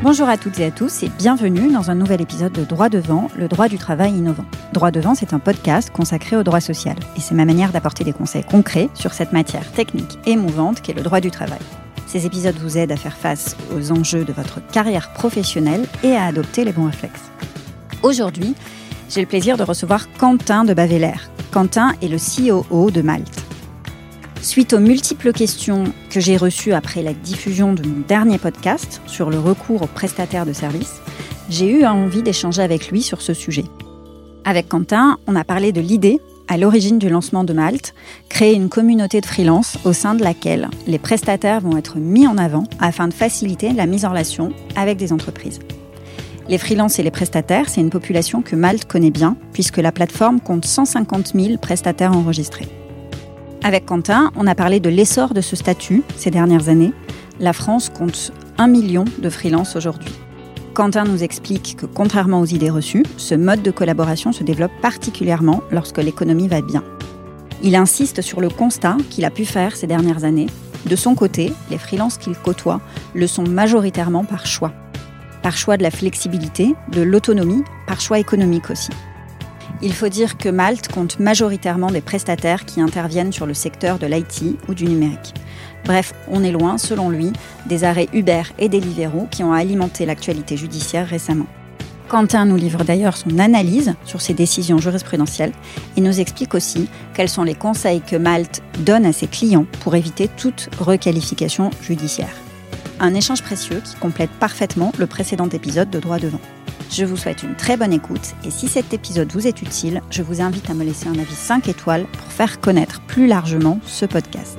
Bonjour à toutes et à tous et bienvenue dans un nouvel épisode de Droit Devant, le droit du travail innovant. Droit Devant, c'est un podcast consacré au droit social et c'est ma manière d'apporter des conseils concrets sur cette matière technique et mouvante qu'est le droit du travail. Ces épisodes vous aident à faire face aux enjeux de votre carrière professionnelle et à adopter les bons réflexes. Aujourd'hui, j'ai le plaisir de recevoir Quentin de Bavélaire. Quentin est le COO de Malte. Suite aux multiples questions que j'ai reçues après la diffusion de mon dernier podcast sur le recours aux prestataires de services, j'ai eu envie d'échanger avec lui sur ce sujet. Avec Quentin, on a parlé de l'idée, à l'origine du lancement de Malte, créer une communauté de freelance au sein de laquelle les prestataires vont être mis en avant afin de faciliter la mise en relation avec des entreprises. Les freelances et les prestataires, c'est une population que Malte connaît bien, puisque la plateforme compte 150 000 prestataires enregistrés. Avec Quentin, on a parlé de l'essor de ce statut ces dernières années. La France compte 1 million de freelances aujourd'hui. Quentin nous explique que, contrairement aux idées reçues, ce mode de collaboration se développe particulièrement lorsque l'économie va bien. Il insiste sur le constat qu'il a pu faire ces dernières années. De son côté, les freelances qu'il côtoie le sont majoritairement par choix. Par choix de la flexibilité, de l'autonomie, par choix économique aussi. Il faut dire que Malte compte majoritairement des prestataires qui interviennent sur le secteur de l'IT ou du numérique. Bref, on est loin, selon lui, des arrêts Uber et Deliveroo qui ont alimenté l'actualité judiciaire récemment. Quentin nous livre d'ailleurs son analyse sur ces décisions jurisprudentielles et nous explique aussi quels sont les conseils que Malte donne à ses clients pour éviter toute requalification judiciaire. Un échange précieux qui complète parfaitement le précédent épisode de Droit Devant. Je vous souhaite une très bonne écoute et si cet épisode vous est utile, je vous invite à me laisser un avis 5 étoiles pour faire connaître plus largement ce podcast.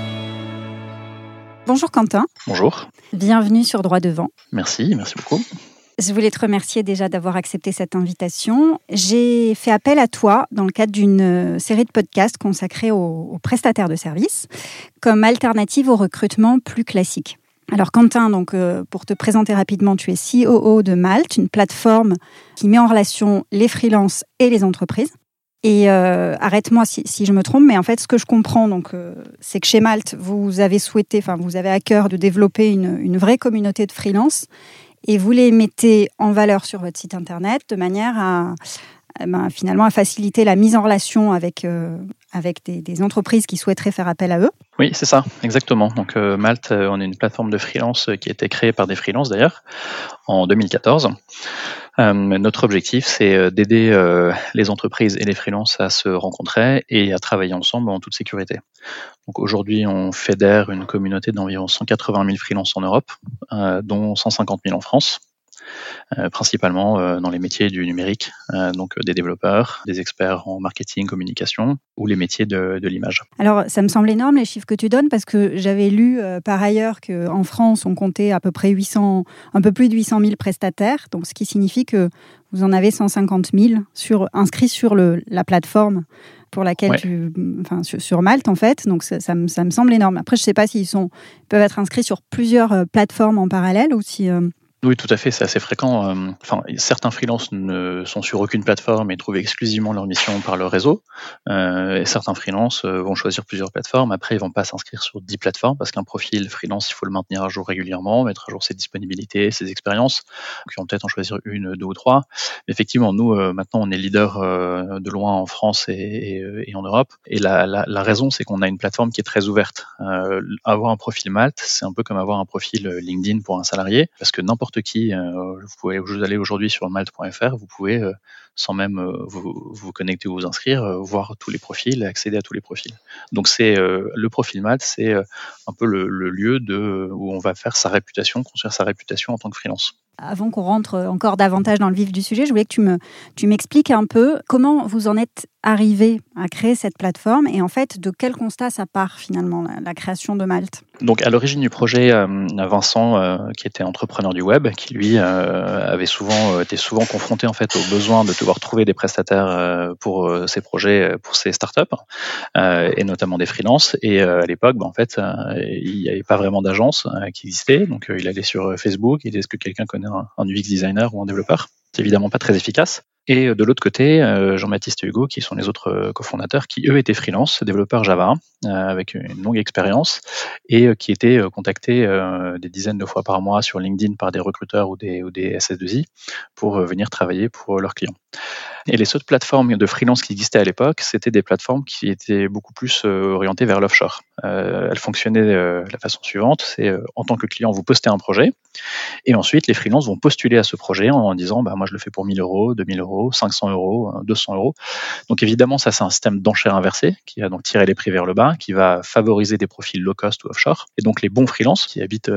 Bonjour Quentin. Bonjour. Bienvenue sur Droit Devant. Merci beaucoup. Je voulais te remercier déjà d'avoir accepté cette invitation. J'ai fait appel à toi dans le cadre d'une série de podcasts consacrés aux prestataires de services comme alternative au recrutement plus classique. Alors Quentin, donc, pour te présenter rapidement, tu es COO de Malte, une plateforme qui met en relation les freelances et les entreprises. Et arrête-moi si je me trompe, mais en fait, ce que je comprends, donc, c'est que chez Malte, vous avez à cœur de développer une vraie communauté de freelance et vous les mettez en valeur sur votre site internet de manière à faciliter la mise en relation avec des entreprises qui souhaiteraient faire appel à eux. Oui, c'est ça, exactement. Donc Malte, on est une plateforme de freelance qui a été créée par des freelances d'ailleurs en 2014. Notre objectif, c'est d'aider les entreprises et les freelances à se rencontrer et à travailler ensemble en toute sécurité. Donc aujourd'hui, on fédère une communauté d'environ 180 000 freelances en Europe, dont 150 000 en France. Principalement dans les métiers du numérique, donc des développeurs, des experts en marketing, communication ou les métiers de l'image. Alors, ça me semble énorme les chiffres que tu donnes parce que j'avais lu par ailleurs qu'en France, on comptait à peu près un peu plus de 800 000 prestataires, donc ce qui signifie que vous en avez 150 000 inscrits sur la plateforme pour laquelle sur Malte en fait, donc ça me semble énorme. Après, je ne sais pas s'ils peuvent être inscrits sur plusieurs plateformes en parallèle ou si... Oui, tout à fait, c'est assez fréquent. Certains freelances ne sont sur aucune plateforme et trouvent exclusivement leur mission par leur réseau. Et certains freelances vont choisir plusieurs plateformes. Après, ils vont pas s'inscrire sur 10 plateformes parce qu'un profil freelance, il faut le maintenir à jour régulièrement, mettre à jour ses disponibilités, ses expériences. Donc, ils vont peut-être en choisir 1, 2 ou 3. Mais effectivement, nous, maintenant, on est leader de loin en France et en Europe. Et la raison, c'est qu'on a une plateforme qui est très ouverte. Avoir un profil Malte, c'est un peu comme avoir un profil LinkedIn pour un salarié, parce que n'importe qui, vous allez aujourd'hui sur malte.fr, vous pouvez, sans même vous connecter ou vous inscrire, voir tous les profils et accéder à tous les profils. Donc c'est le profil Malte, c'est un peu le lieu où on va faire sa réputation, construire sa réputation en tant que freelance. Avant qu'on rentre encore davantage dans le vif du sujet, je voulais que tu m'expliques un peu comment vous en êtes arrivé à créer cette plateforme et en fait de quel constat ça part finalement la création de Malte. Donc à l'origine du projet, Vincent, qui était entrepreneur du web, qui lui était souvent confronté en fait au besoin de devoir trouver des prestataires pour ses projets, pour ses startups, et notamment des freelances. Et à l'époque, en fait, il n'y avait pas vraiment d'agence qui existait, donc il allait sur Facebook, il disait est-ce que quelqu'un connaît un UX designer ou un développeur. C'est évidemment pas très efficace. Et de l'autre côté, Jean-Baptiste et Hugo, qui sont les autres cofondateurs, qui eux étaient freelance, développeurs Java, avec une longue expérience et qui étaient contactés des dizaines de fois par mois sur LinkedIn par des recruteurs ou des SS2I pour venir travailler pour leurs clients. Et les autres plateformes de freelance qui existaient à l'époque, c'était des plateformes qui étaient beaucoup plus orientées vers l'offshore. Elles fonctionnaient de la façon suivante, c'est en tant que client, vous postez un projet, et ensuite les freelances vont postuler à ce projet en disant moi je le fais pour 1 000 euros, 2 000 euros, 500 euros, 200 euros. Donc évidemment, ça c'est un système d'enchère inversée qui va donc tirer les prix vers le bas, qui va favoriser des profils low cost ou offshore. Et donc les bons freelances qui habitent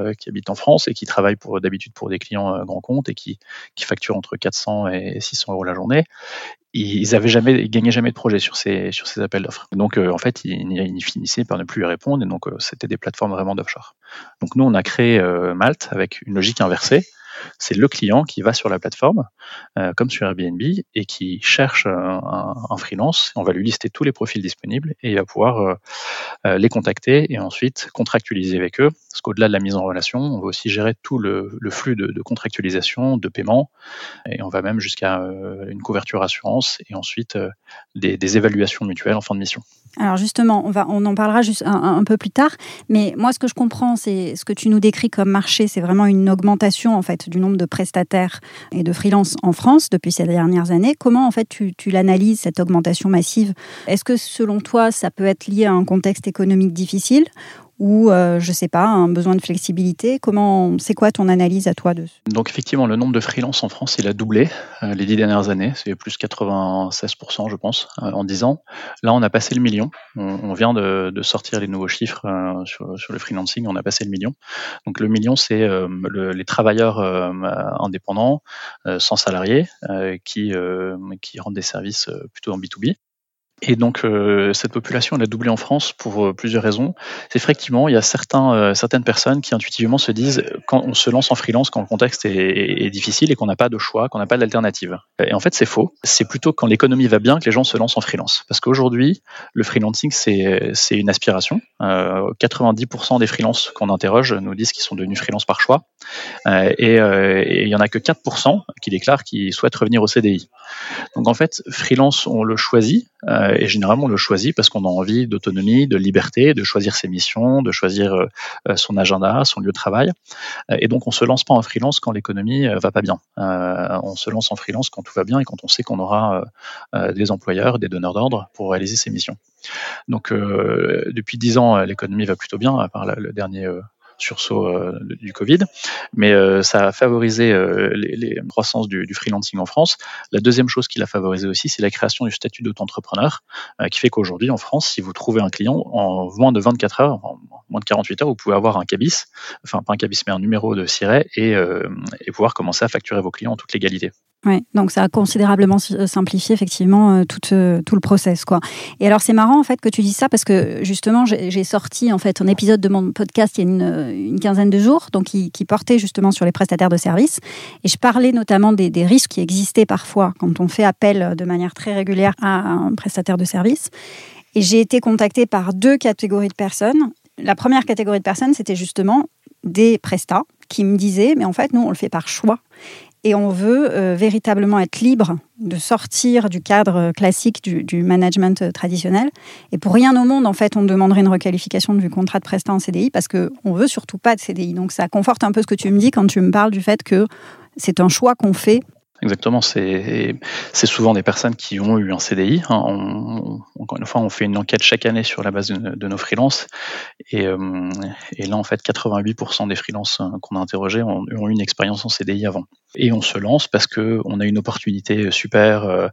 en France et qui travaillent d'habitude pour des clients grands comptes et qui facturent entre 400 et 600 euros la journée, ils gagnaient jamais de projet sur ces appels d'offres. Donc en fait, ils finissaient par ne plus y répondre, et donc c'était des plateformes vraiment d'offshore. Donc nous, on a créé Malte avec une logique inversée. C'est le client qui va sur la plateforme, comme sur Airbnb, et qui cherche un freelance. On va lui lister tous les profils disponibles et il va pouvoir les contacter et ensuite contractualiser avec eux. Parce qu'au-delà de la mise en relation, on va aussi gérer tout le flux de contractualisation, de paiement, et on va même jusqu'à une couverture assurance et ensuite des évaluations mutuelles en fin de mission. Alors justement, on en parlera juste un peu plus tard, mais moi ce que je comprends, c'est ce que tu nous décris comme marché, c'est vraiment une augmentation en fait du nombre de prestataires et de freelance en France depuis ces dernières années. Comment en fait tu l'analyses, cette augmentation massive? Est-ce que selon toi, ça peut être lié à un contexte économique difficile ou, je sais pas, un besoin de flexibilité? C'est quoi ton analyse à toi de ça? Donc effectivement, le nombre de freelance en France, il a doublé les 10 dernières années. C'est plus 96%, je pense, en 10 ans. Là, on a passé le million. On vient de sortir les nouveaux chiffres sur le freelancing. On a passé le million. Donc le million, c'est les travailleurs indépendants, sans salariés, qui rendent des services plutôt en B2B. Et donc cette population, elle a doublé en France pour plusieurs raisons. C'est effectivement, il y a certaines personnes qui intuitivement se disent, quand on se lance en freelance, quand le contexte est difficile et qu'on n'a pas de choix, qu'on n'a pas d'alternative. Et en fait, c'est faux. C'est plutôt quand l'économie va bien que les gens se lancent en freelance. Parce qu'aujourd'hui, le freelancing, c'est une aspiration. 90% des freelances qu'on interroge nous disent qu'ils sont devenus freelance par choix. Et il y en a que 4% qui déclarent qu'ils souhaitent revenir au CDI. Donc en fait, freelance, on le choisit, et généralement on le choisit parce qu'on a envie d'autonomie, de liberté, de choisir ses missions, de choisir son agenda, son lieu de travail. Et donc on se lance pas en freelance quand l'économie va pas bien. On se lance en freelance quand tout va bien et quand on sait qu'on aura des employeurs, des donneurs d'ordre pour réaliser ses missions. Donc depuis 10 ans, l'économie va plutôt bien, à part le dernier sursaut du Covid, mais ça a favorisé les croissances du freelancing en France. La deuxième chose qui l'a favorisé aussi, c'est la création du statut d'auto-entrepreneur, qui fait qu'aujourd'hui en France, si vous trouvez un client, en moins de 24 heures, en moins de 48 heures, vous pouvez avoir un cabis, enfin pas un cabis, mais un numéro de siret, et pouvoir commencer à facturer vos clients en toute légalité. Oui, donc ça a considérablement simplifié effectivement tout le process, quoi. Et alors c'est marrant en fait que tu dis ça parce que justement j'ai sorti en fait un épisode de mon podcast il y a une quinzaine de jours, donc qui portait justement sur les prestataires de services, et je parlais notamment des risques qui existaient parfois quand on fait appel de manière très régulière à un prestataire de services. Et j'ai été contactée par 2 catégories de personnes. La première catégorie de personnes, c'était justement des prestats qui me disaient mais en fait nous on le fait par choix. Et on veut véritablement être libre de sortir du cadre classique du management traditionnel. Et pour rien au monde, en fait, on demanderait une requalification du contrat de prestat en CDI parce qu'on ne veut surtout pas de CDI. Donc ça conforte un peu ce que tu me dis quand tu me parles du fait que c'est un choix qu'on fait. Exactement, c'est souvent des personnes qui ont eu un CDI. Encore une fois, on fait une enquête chaque année sur la base de nos freelances, et là, en fait, 88% des freelances qu'on a interrogés ont eu une expérience en CDI avant. Et on se lance parce que on a une opportunité super,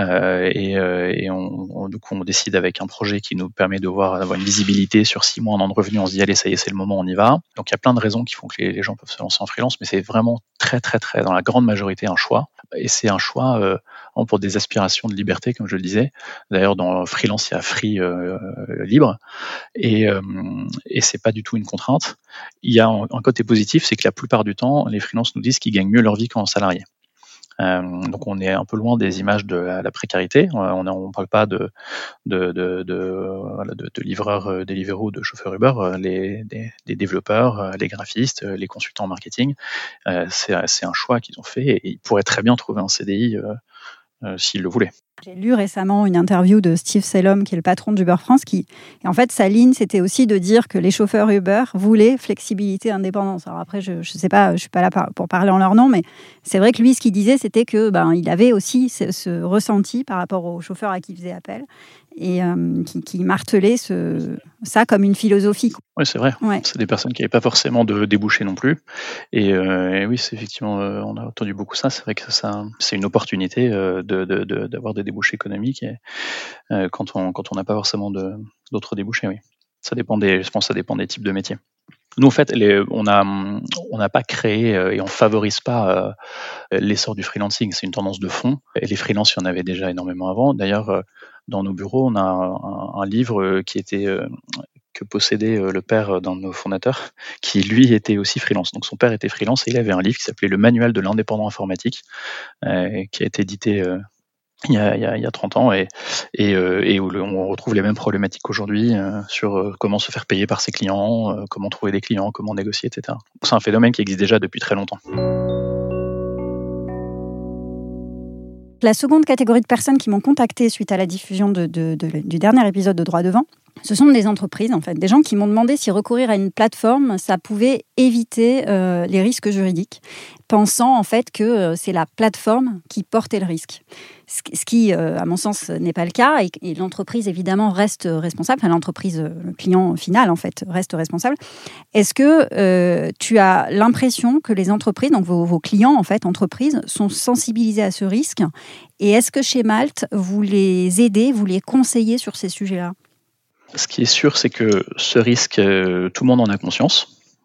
et du coup, on décide avec un projet qui nous permet d'avoir une visibilité sur 6 mois, un an de revenu. On se dit allez, ça y est, c'est le moment, on y va. Donc il y a plein de raisons qui font que les gens peuvent se lancer en freelance, mais c'est vraiment très, très, très, dans la grande majorité, un choix. Et c'est un choix pour des aspirations de liberté, comme je le disais. D'ailleurs, dans freelance, il y a free libre, et c'est pas du tout une contrainte. Il y a un côté positif, c'est que la plupart du temps, les freelances nous disent qu'ils gagnent mieux leur vie qu'en salarié. Donc on est un peu loin des images de la précarité. On parle pas de livreurs Deliveroo, de chauffeurs Uber. Des développeurs, les graphistes, les consultants en marketing, c'est un choix qu'ils ont fait, et ils pourraient très bien trouver un CDI s'ils le voulaient. J'ai lu récemment une interview de Steve Salom, qui est le patron d'Uber France, et en fait, sa ligne, c'était aussi de dire que les chauffeurs Uber voulaient flexibilité, indépendance. Alors après, je sais pas, je suis pas là pour parler en leur nom, mais c'est vrai que lui, ce qu'il disait, c'était que il avait aussi ce ressenti par rapport aux chauffeurs à qui il faisait appel et qui martelait ça comme une philosophie. Oui, c'est vrai. Ouais. C'est des personnes qui n'avaient pas forcément de débouchés non plus. Et oui, c'est effectivement, on a entendu beaucoup ça. C'est vrai que ça, c'est une opportunité d'avoir des débouchés économiques quand on n'a pas forcément d'autres débouchés. Oui, je pense que ça dépend des types de métiers. Nous, en fait, on n'a pas créé et on favorise pas l'essor du freelancing. C'est une tendance de fond. Et les freelances, il y en avait déjà énormément avant. D'ailleurs, dans nos bureaux, on a un livre que possédait le père d'un de nos fondateurs, qui lui était aussi freelance. Donc son père était freelance et il avait un livre qui s'appelait Le Manuel de l'indépendant informatique, qui a été édité il y a 30 ans et où on retrouve les mêmes problématiques aujourd'hui sur comment se faire payer par ses clients, comment trouver des clients, comment négocier, etc. Donc c'est un phénomène qui existe déjà depuis très longtemps. La seconde catégorie de personnes qui m'ont contacté suite à la diffusion du dernier épisode de Droit Devant, ce sont des entreprises, en fait, des gens qui m'ont demandé si recourir à une plateforme, ça pouvait éviter les risques juridiques, pensant en fait que c'est la plateforme qui portait le risque. Ce qui, à mon sens, n'est pas le cas, et l'entreprise, évidemment, reste responsable, enfin l'entreprise, le client final, en fait, reste responsable. Est-ce que tu as l'impression que les entreprises, donc vos clients, en fait, entreprises, sont sensibilisés à ce risque, et est-ce que chez Malte, vous les aidez, vous les conseillez sur ces sujets-là ? Ce qui est sûr, c'est que ce risque, tout le monde en a conscience.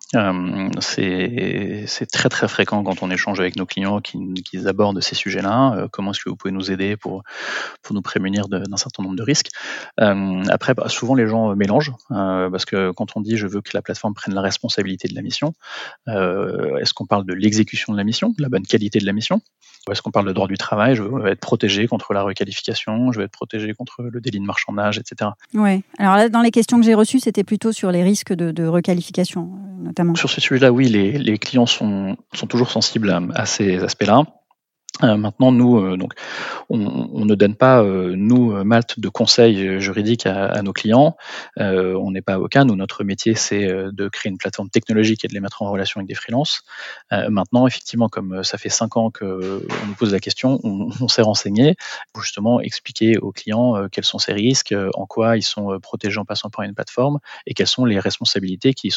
C'est très très fréquent quand on échange avec nos clients qu'ils abordent ces sujets-là. Comment est-ce que vous pouvez nous aider pour nous prémunir d'un certain nombre de risques. Après, souvent les gens mélangent, parce que quand on dit je veux que la plateforme prenne la responsabilité de la mission, est-ce qu'on parle de l'exécution de la mission, de la bonne qualité de la mission, ou est-ce qu'on parle de droit du travail, je veux être protégé contre la requalification, je veux être protégé contre le délit de marchandage, etc. Oui. Alors là, dans les questions que j'ai reçues, c'était plutôt sur les risques de requalification, notamment. Sur ce sujet-là, oui, les clients sont toujours sensibles à ces aspects-là. Maintenant, nous, donc, on ne donne pas, nous, Malte, de conseils juridiques à nos clients. On n'est pas avocat. Nous, notre métier, c'est de créer une plateforme technologique et de les mettre en relation avec des freelances. Maintenant, effectivement, comme ça fait 5 ans qu'on nous pose la question, on s'est renseigné pour justement expliquer aux clients quels sont ces risques, en quoi ils sont protégés en passant par une plateforme et quelles sont les responsabilités qui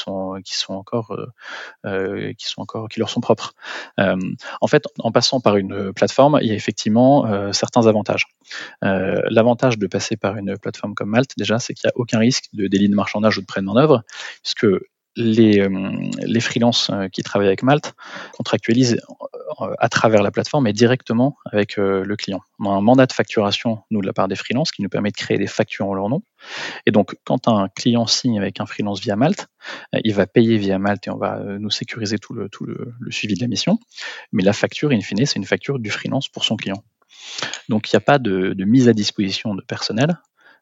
leur sont propres. En fait, en passant par une plateforme, il y a effectivement certains avantages. L'avantage de passer par une plateforme comme Malte, déjà, c'est qu'il n'y a aucun risque de délit de marchandage ou de prêt de main-d'œuvre, puisque les freelances qui travaillent avec Malte contractualisent à travers la plateforme et directement avec le client. On a un mandat de facturation, nous, de la part des freelances, qui nous permet de créer des factures en leur nom. Et donc, quand un client signe avec un freelance via Malte, il va payer via Malte et on va nous sécuriser tout le suivi de la mission. Mais la facture, in fine, c'est une facture du freelance pour son client. Donc, il n'y a pas de mise à disposition de personnel.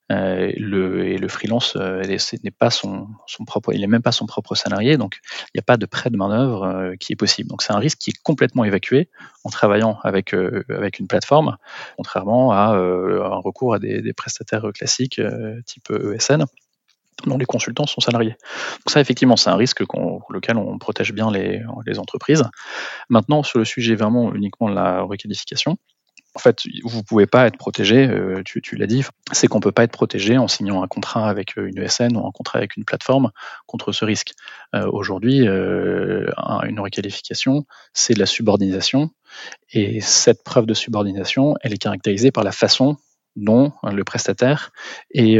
Le freelance, n'est pas il n'est même pas son propre salarié, donc il n'y a pas de prêt de main-d'œuvre qui est possible. Donc c'est un risque qui est complètement évacué en travaillant avec une plateforme, contrairement à un recours à des prestataires classiques type ESN, dont les consultants sont salariés. Donc ça, effectivement, c'est un risque pour lequel on protège bien les entreprises. Maintenant, sur le sujet vraiment uniquement de la requalification, en fait, vous ne pouvez pas être protégé, tu l'as dit, c'est qu'on ne peut pas être protégé en signant un contrat avec une ESN ou un contrat avec une plateforme contre ce risque. Aujourd'hui, une requalification, c'est de la subordination, et cette preuve de subordination, elle est caractérisée par la façon dont le prestataire est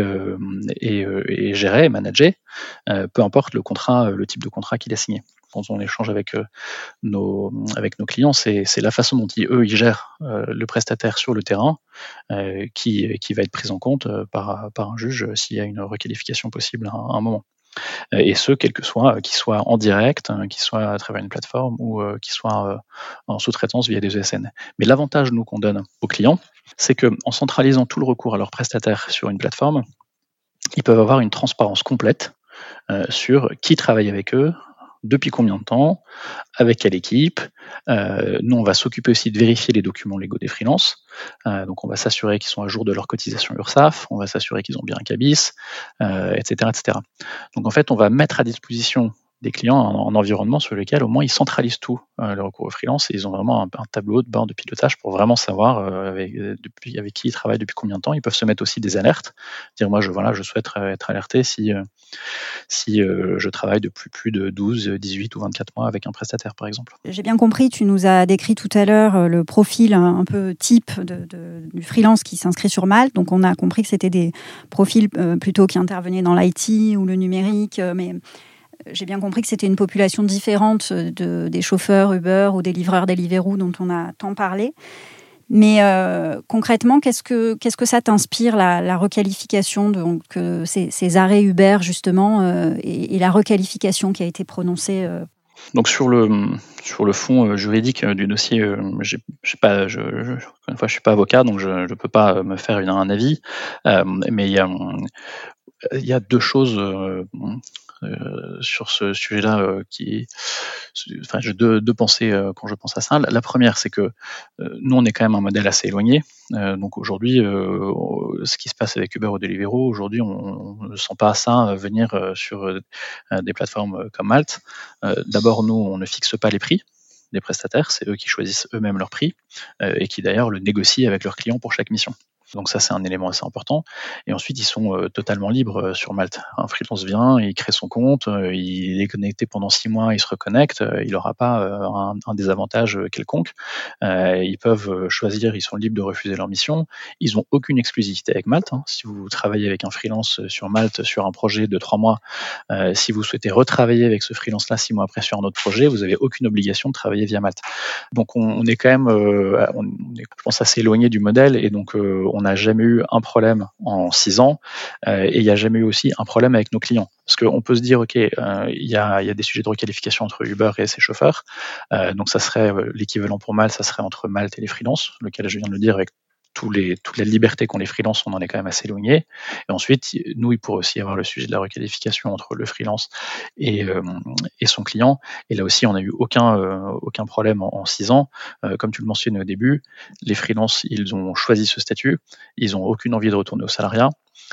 géré, est managé, peu importe le type de contrat qu'il a signé. Quand on échange avec nos clients, c'est la façon dont ils gèrent le prestataire sur le terrain qui va être prise en compte par un juge s'il y a une requalification possible à un moment. Et ce, quel que soit, qu'il soit en direct, qu'il soit à travers une plateforme ou qu'il soit en sous-traitance via des ESN. Mais l'avantage, nous, qu'on donne aux clients, c'est qu'en centralisant tout le recours à leur prestataire sur une plateforme, ils peuvent avoir une transparence complète sur qui travaille avec eux, depuis combien de temps, avec quelle équipe. Nous, on va s'occuper aussi de vérifier les documents légaux des freelances. Donc, on va s'assurer qu'ils sont à jour de leur cotisation URSSAF, on va s'assurer qu'ils ont bien un CABIS, etc., etc. Donc, en fait, on va mettre à disposition des clients en environnement sur lequel au moins ils centralisent tout le recours au freelance et ils ont vraiment un tableau de bord de pilotage pour vraiment savoir avec qui ils travaillent depuis combien de temps. Ils peuvent se mettre aussi des alertes, dire moi je souhaite être alerté si je travaille depuis plus de 12, 18 ou 24 mois avec un prestataire par exemple. J'ai bien compris, tu nous as décrit tout à l'heure le profil un peu type du freelance qui s'inscrit sur Malte. Donc on a compris que c'était des profils plutôt qui intervenaient dans l'IT ou le numérique, mais j'ai bien compris que c'était une population différente des chauffeurs Uber ou des livreurs Deliveroo dont on a tant parlé. Mais concrètement, qu'est-ce que ça t'inspire, la requalification, donc ces arrêts Uber justement, et la requalification qui a été prononcée Donc sur le fond juridique du dossier, je suis pas avocat, donc je ne peux pas me faire un avis. Mais il y a deux choses sur ce sujet-là j'ai deux pensées quand je pense à ça. La première, c'est que nous, on est quand même un modèle assez éloigné. Donc aujourd'hui, ce qui se passe avec Uber ou Deliveroo, aujourd'hui, on ne sent pas ça venir sur des plateformes comme Malte. D'abord, nous, on ne fixe pas les prix des prestataires, c'est eux qui choisissent eux-mêmes leur prix et qui d'ailleurs le négocient avec leurs clients pour chaque mission. Donc ça, c'est un élément assez important. Et ensuite, ils sont totalement libres sur Malte. Un freelance vient, il crée son compte, il est connecté pendant 6 mois, il se reconnecte, il n'aura pas un désavantage quelconque. Ils peuvent choisir, ils sont libres de refuser leur mission. Ils n'ont aucune exclusivité avec Malte. Si vous travaillez avec un freelance sur Malte sur un projet de 3 mois, si vous souhaitez retravailler avec ce freelance-là 6 mois après sur un autre projet, vous n'avez aucune obligation de travailler via Malte. Donc on est quand même, je pense, assez éloigné du modèle et donc on n'a jamais eu un problème en 6 ans et il n'y a jamais eu aussi un problème avec nos clients. Parce qu'on peut se dire, OK, il y a des sujets de requalification entre Uber et ses chauffeurs. Donc ça serait l'équivalent pour Malte, ça serait entre Malte et les freelances, lequel je viens de le dire avec toute la liberté qu'ont les freelances, on en est quand même assez éloigné. Et ensuite, nous, il pourrait aussi y avoir le sujet de la requalification entre le freelance et son client. Et là aussi, on n'a eu aucun problème en 6 ans. Comme tu le mentionnais au début, les freelances, ils ont choisi ce statut. Ils n'ont aucune envie de retourner au salariat.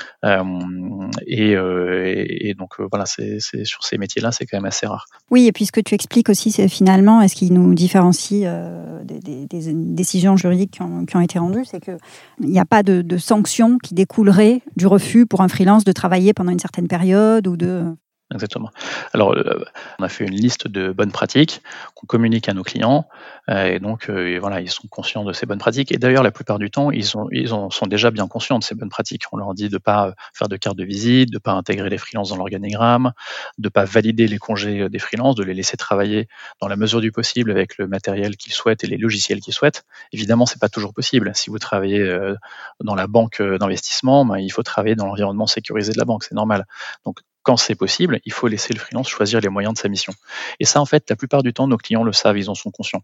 Et donc voilà, c'est sur ces métiers-là, c'est quand même assez rare. Oui, et puis ce que tu expliques aussi, c'est finalement, est-ce qu'il nous différencie des décisions juridiques qui ont été rendues, c'est qu'il n'y a pas de sanctions qui découleraient du refus pour un freelance de travailler pendant une certaine période ou de... Exactement. Alors, on a fait une liste de bonnes pratiques qu'on communique à nos clients, et donc voilà, ils sont conscients de ces bonnes pratiques. Et d'ailleurs, la plupart du temps, ils en sont déjà bien conscients de ces bonnes pratiques. On leur dit de pas faire de carte de visite, de pas intégrer les freelances dans l'organigramme, de pas valider les congés des freelances, de les laisser travailler dans la mesure du possible avec le matériel qu'ils souhaitent et les logiciels qu'ils souhaitent. Évidemment, c'est pas toujours possible. Si vous travaillez dans la banque d'investissement, il faut travailler dans l'environnement sécurisé de la banque, c'est normal. Donc quand c'est possible, il faut laisser le freelance choisir les moyens de sa mission. Et ça, en fait, la plupart du temps, nos clients le savent, ils en sont conscients.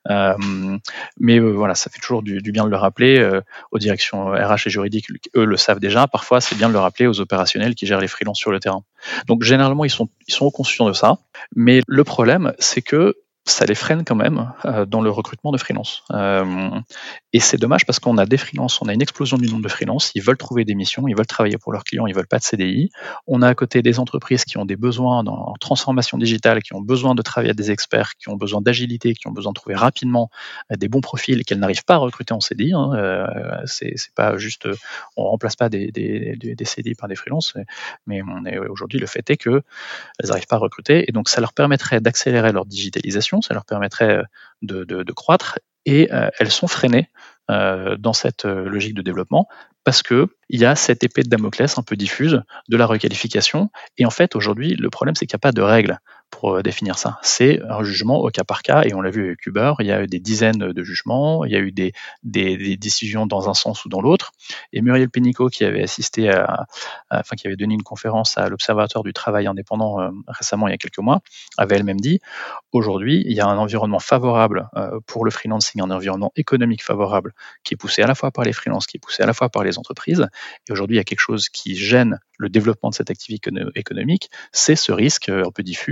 Mais voilà, ça fait toujours du bien de le rappeler aux directions RH et juridiques, eux le savent déjà. Parfois, c'est bien de le rappeler aux opérationnels qui gèrent les freelances sur le terrain. Donc, généralement, ils sont conscients de ça. Mais le problème, c'est que ça les freine quand même dans le recrutement de freelance. Et c'est dommage parce qu'on a des freelances, on a une explosion du nombre de freelances, ils veulent trouver des missions, ils veulent travailler pour leurs clients, ils veulent pas de CDI. On a à côté des entreprises qui ont des besoins en transformation digitale, qui ont besoin de travailler avec des experts, qui ont besoin d'agilité, qui ont besoin de trouver rapidement des bons profils et qu'elles n'arrivent pas à recruter en CDI. C'est pas juste, on remplace pas des CDI par des freelances, mais aujourd'hui le fait est que elles n'arrivent pas à recruter et donc ça leur permettrait d'accélérer leur digitalisation, ça leur permettrait de croître et elles sont freinées dans cette logique de développement parce que il y a cette épée de Damoclès un peu diffuse de la requalification et en fait aujourd'hui le problème c'est qu'il n'y a pas de règles pour définir ça. C'est un jugement au cas par cas et on l'a vu avec Uber, il y a eu des dizaines de jugements, il y a eu des décisions dans un sens ou dans l'autre et Muriel Pénicaud qui avait assisté qui avait donné une conférence à l'Observatoire du travail indépendant récemment il y a quelques mois, avait elle-même dit aujourd'hui il y a un environnement favorable pour le freelancing, un environnement économique favorable qui est poussé à la fois par les freelances, qui est poussé à la fois par les entreprises et aujourd'hui il y a quelque chose qui gêne le développement de cette activité économique, c'est ce risque un peu diffus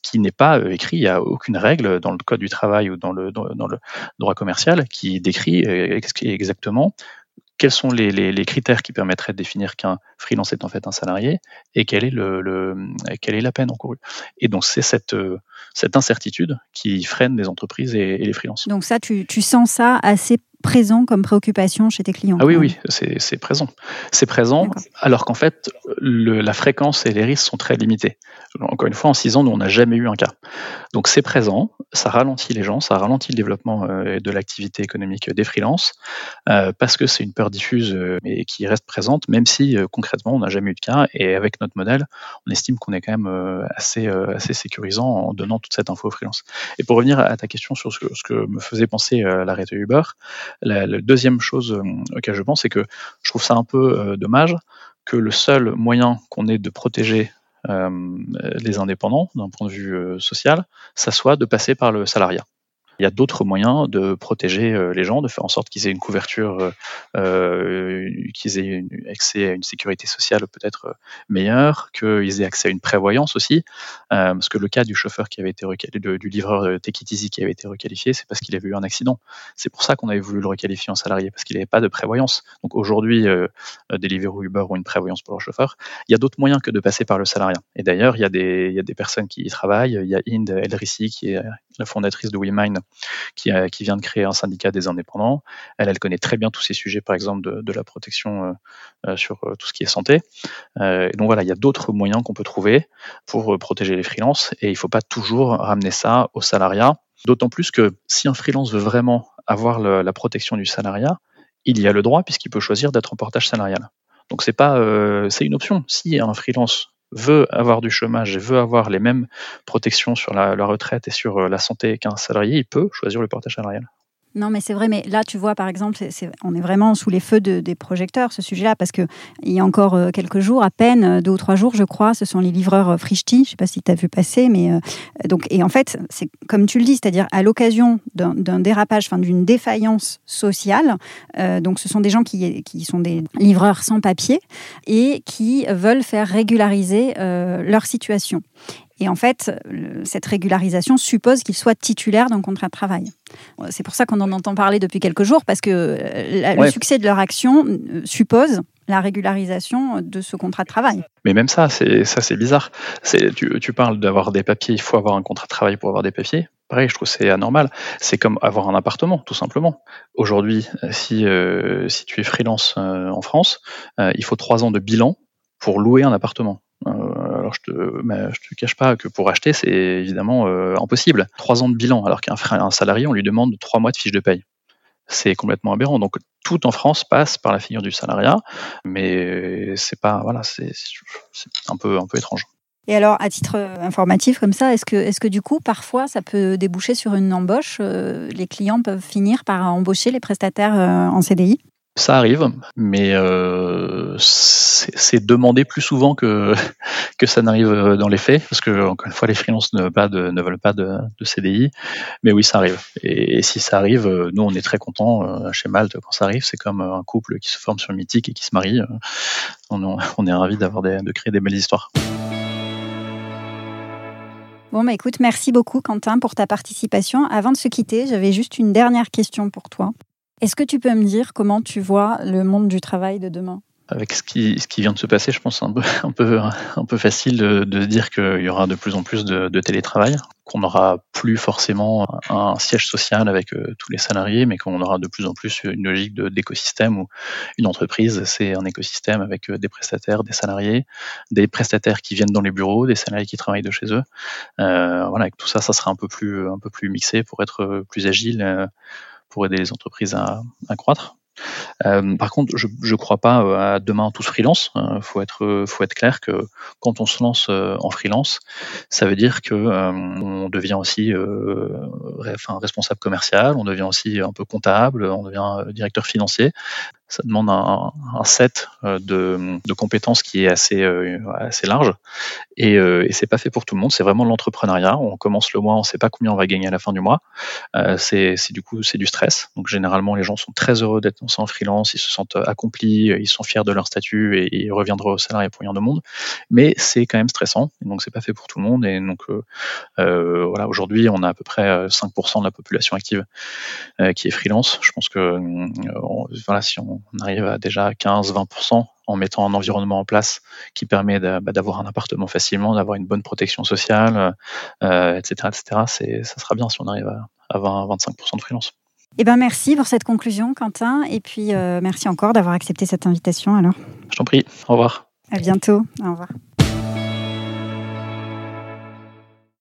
qui n'est pas écrit. Il n'y a aucune règle dans le code du travail ou dans le droit commercial qui décrit exactement quels sont les critères qui permettraient de définir qu'un freelance est en fait un salarié et quelle est la peine encourue. Et donc c'est cette incertitude qui freine les entreprises et les freelances. Donc ça, tu sens ça assez présent comme préoccupation chez tes clients? Ah oui, c'est présent. C'est présent, d'accord. Alors qu'en fait, la fréquence et les risques sont très limités. Encore une fois, en 6 ans, nous, on n'a jamais eu un cas. Donc c'est présent, ça ralentit les gens, ça ralentit le développement de l'activité économique des freelances, parce que c'est une peur diffuse, mais qui reste présente, même si concrètement, on n'a jamais eu de cas. Et avec notre modèle, on estime qu'on est quand même assez sécurisant en donnant toute cette info aux freelances. Et pour revenir à ta question sur ce que me faisait penser l'arrêté Uber, la deuxième chose auquel je pense, c'est que je trouve ça un peu dommage que le seul moyen qu'on ait de protéger les indépendants d'un point de vue social, ça soit de passer par le salariat. Il y a d'autres moyens de protéger les gens, de faire en sorte qu'ils aient une couverture, qu'ils aient accès à une sécurité sociale peut-être meilleure, qu'ils aient accès à une prévoyance aussi, parce que le cas du chauffeur qui avait été du livreur Take It Easy qui avait été requalifié, c'est parce qu'il avait eu un accident. C'est pour ça qu'on avait voulu le requalifier en salarié, parce qu'il n'avait pas de prévoyance. Donc aujourd'hui, Deliveroo, Uber ont une prévoyance pour leur chauffeur. Il y a d'autres moyens que de passer par le salariat. Et d'ailleurs, il y a des personnes qui y travaillent. Il y a Inde Elrissi, qui est la fondatrice de WeMind, qui vient de créer un syndicat des indépendants. Elle connaît très bien tous ces sujets, par exemple de la protection sur tout ce qui est santé. Et donc voilà, il y a d'autres moyens qu'on peut trouver pour protéger les freelances, et il ne faut pas toujours ramener ça au salariat. D'autant plus que si un freelance veut vraiment avoir la protection du salariat, il y a le droit, puisqu'il peut choisir d'être en portage salarial. Donc c'est une option. Si un freelance veut avoir du chômage et veut avoir les mêmes protections sur la retraite et sur la santé qu'un salarié, il peut choisir le portage salarial. Non, mais c'est vrai. Mais là, tu vois, par exemple, on est vraiment sous les feux des projecteurs, ce sujet-là, parce qu'il y a encore quelques jours, à peine 2 ou 3 jours, je crois, ce sont les livreurs Frishti. Je ne sais pas si tu as vu passer, mais et en fait, c'est comme tu le dis, c'est-à-dire à l'occasion d'un dérapage, d'une défaillance sociale. Donc, ce sont des gens qui sont des livreurs sans papier et qui veulent faire régulariser leur situation. Et en fait, cette régularisation suppose qu'ils soient titulaires d'un contrat de travail. C'est pour ça qu'on en entend parler depuis quelques jours, parce que le succès de leur action suppose la régularisation de ce contrat de travail. Mais même ça, c'est bizarre. Tu parles d'avoir des papiers, il faut avoir un contrat de travail pour avoir des papiers. Pareil, je trouve que c'est anormal. C'est comme avoir un appartement, tout simplement. Aujourd'hui, si tu es freelance en France, il faut 3 ans de bilan pour louer un appartement. Alors je te cache pas que pour acheter, c'est évidemment impossible. 3 ans de bilan, alors qu'un salarié, on lui demande 3 mois de fiche de paye. C'est complètement aberrant. Donc tout en France passe par la figure du salariat, mais c'est un peu étrange. Et alors, à titre informatif comme ça, est-ce que du coup, parfois, ça peut déboucher sur une embauche? Les clients peuvent finir par embaucher les prestataires en CDI? Ça arrive, mais c'est demandé plus souvent que ça n'arrive dans les faits, parce que encore une fois, les freelances ne veulent pas de CDI, mais oui, ça arrive. Et si ça arrive, nous, on est très contents chez Malte quand ça arrive. C'est comme un couple qui se forme sur Mythique et qui se marie. On est ravis de créer des belles histoires. Bon, écoute, merci beaucoup, Quentin, pour ta participation. Avant de se quitter, j'avais juste une dernière question pour toi. Est-ce que tu peux me dire comment tu vois le monde du travail de demain ? Avec ce qui vient de se passer, je pense que c'est un peu facile de dire qu'il y aura de plus en plus de télétravail, qu'on n'aura plus forcément un siège social avec tous les salariés, mais qu'on aura de plus en plus une logique d'écosystème où une entreprise, c'est un écosystème avec des prestataires, des salariés, des prestataires qui viennent dans les bureaux, des salariés qui travaillent de chez eux. Avec tout ça, ça sera un peu plus mixé pour être plus agile, pour aider les entreprises à croître. Par contre, je crois pas à demain tous freelance. Faut être clair que quand on se lance en freelance, ça veut dire que on devient aussi responsable commercial, on devient aussi un peu comptable, on devient directeur financier. ça demande un set de compétences qui est assez large et c'est pas fait pour tout le monde. C'est vraiment l'entrepreneuriat. On commence le mois, on sait pas combien on va gagner à la fin du mois. C'est du stress. Donc généralement les gens sont très heureux d'être lancés en freelance, ils se sentent accomplis, ils sont fiers de leur statut et ils reviendraient au salariat pour rien de monde. Mais c'est quand même stressant. Et donc c'est pas fait pour tout le monde. Et donc voilà, aujourd'hui on a à peu près 5% de la population active qui est freelance. Je pense que voilà, si on arrive à déjà 15-20% en mettant un environnement en place qui permet d'avoir un appartement facilement, d'avoir une bonne protection sociale, etc., ça sera bien si on arrive à 20-25% de freelance. Eh ben merci pour cette conclusion, Quentin. Et puis merci encore d'avoir accepté cette invitation. Alors, je t'en prie. Au revoir. À bientôt. Au revoir.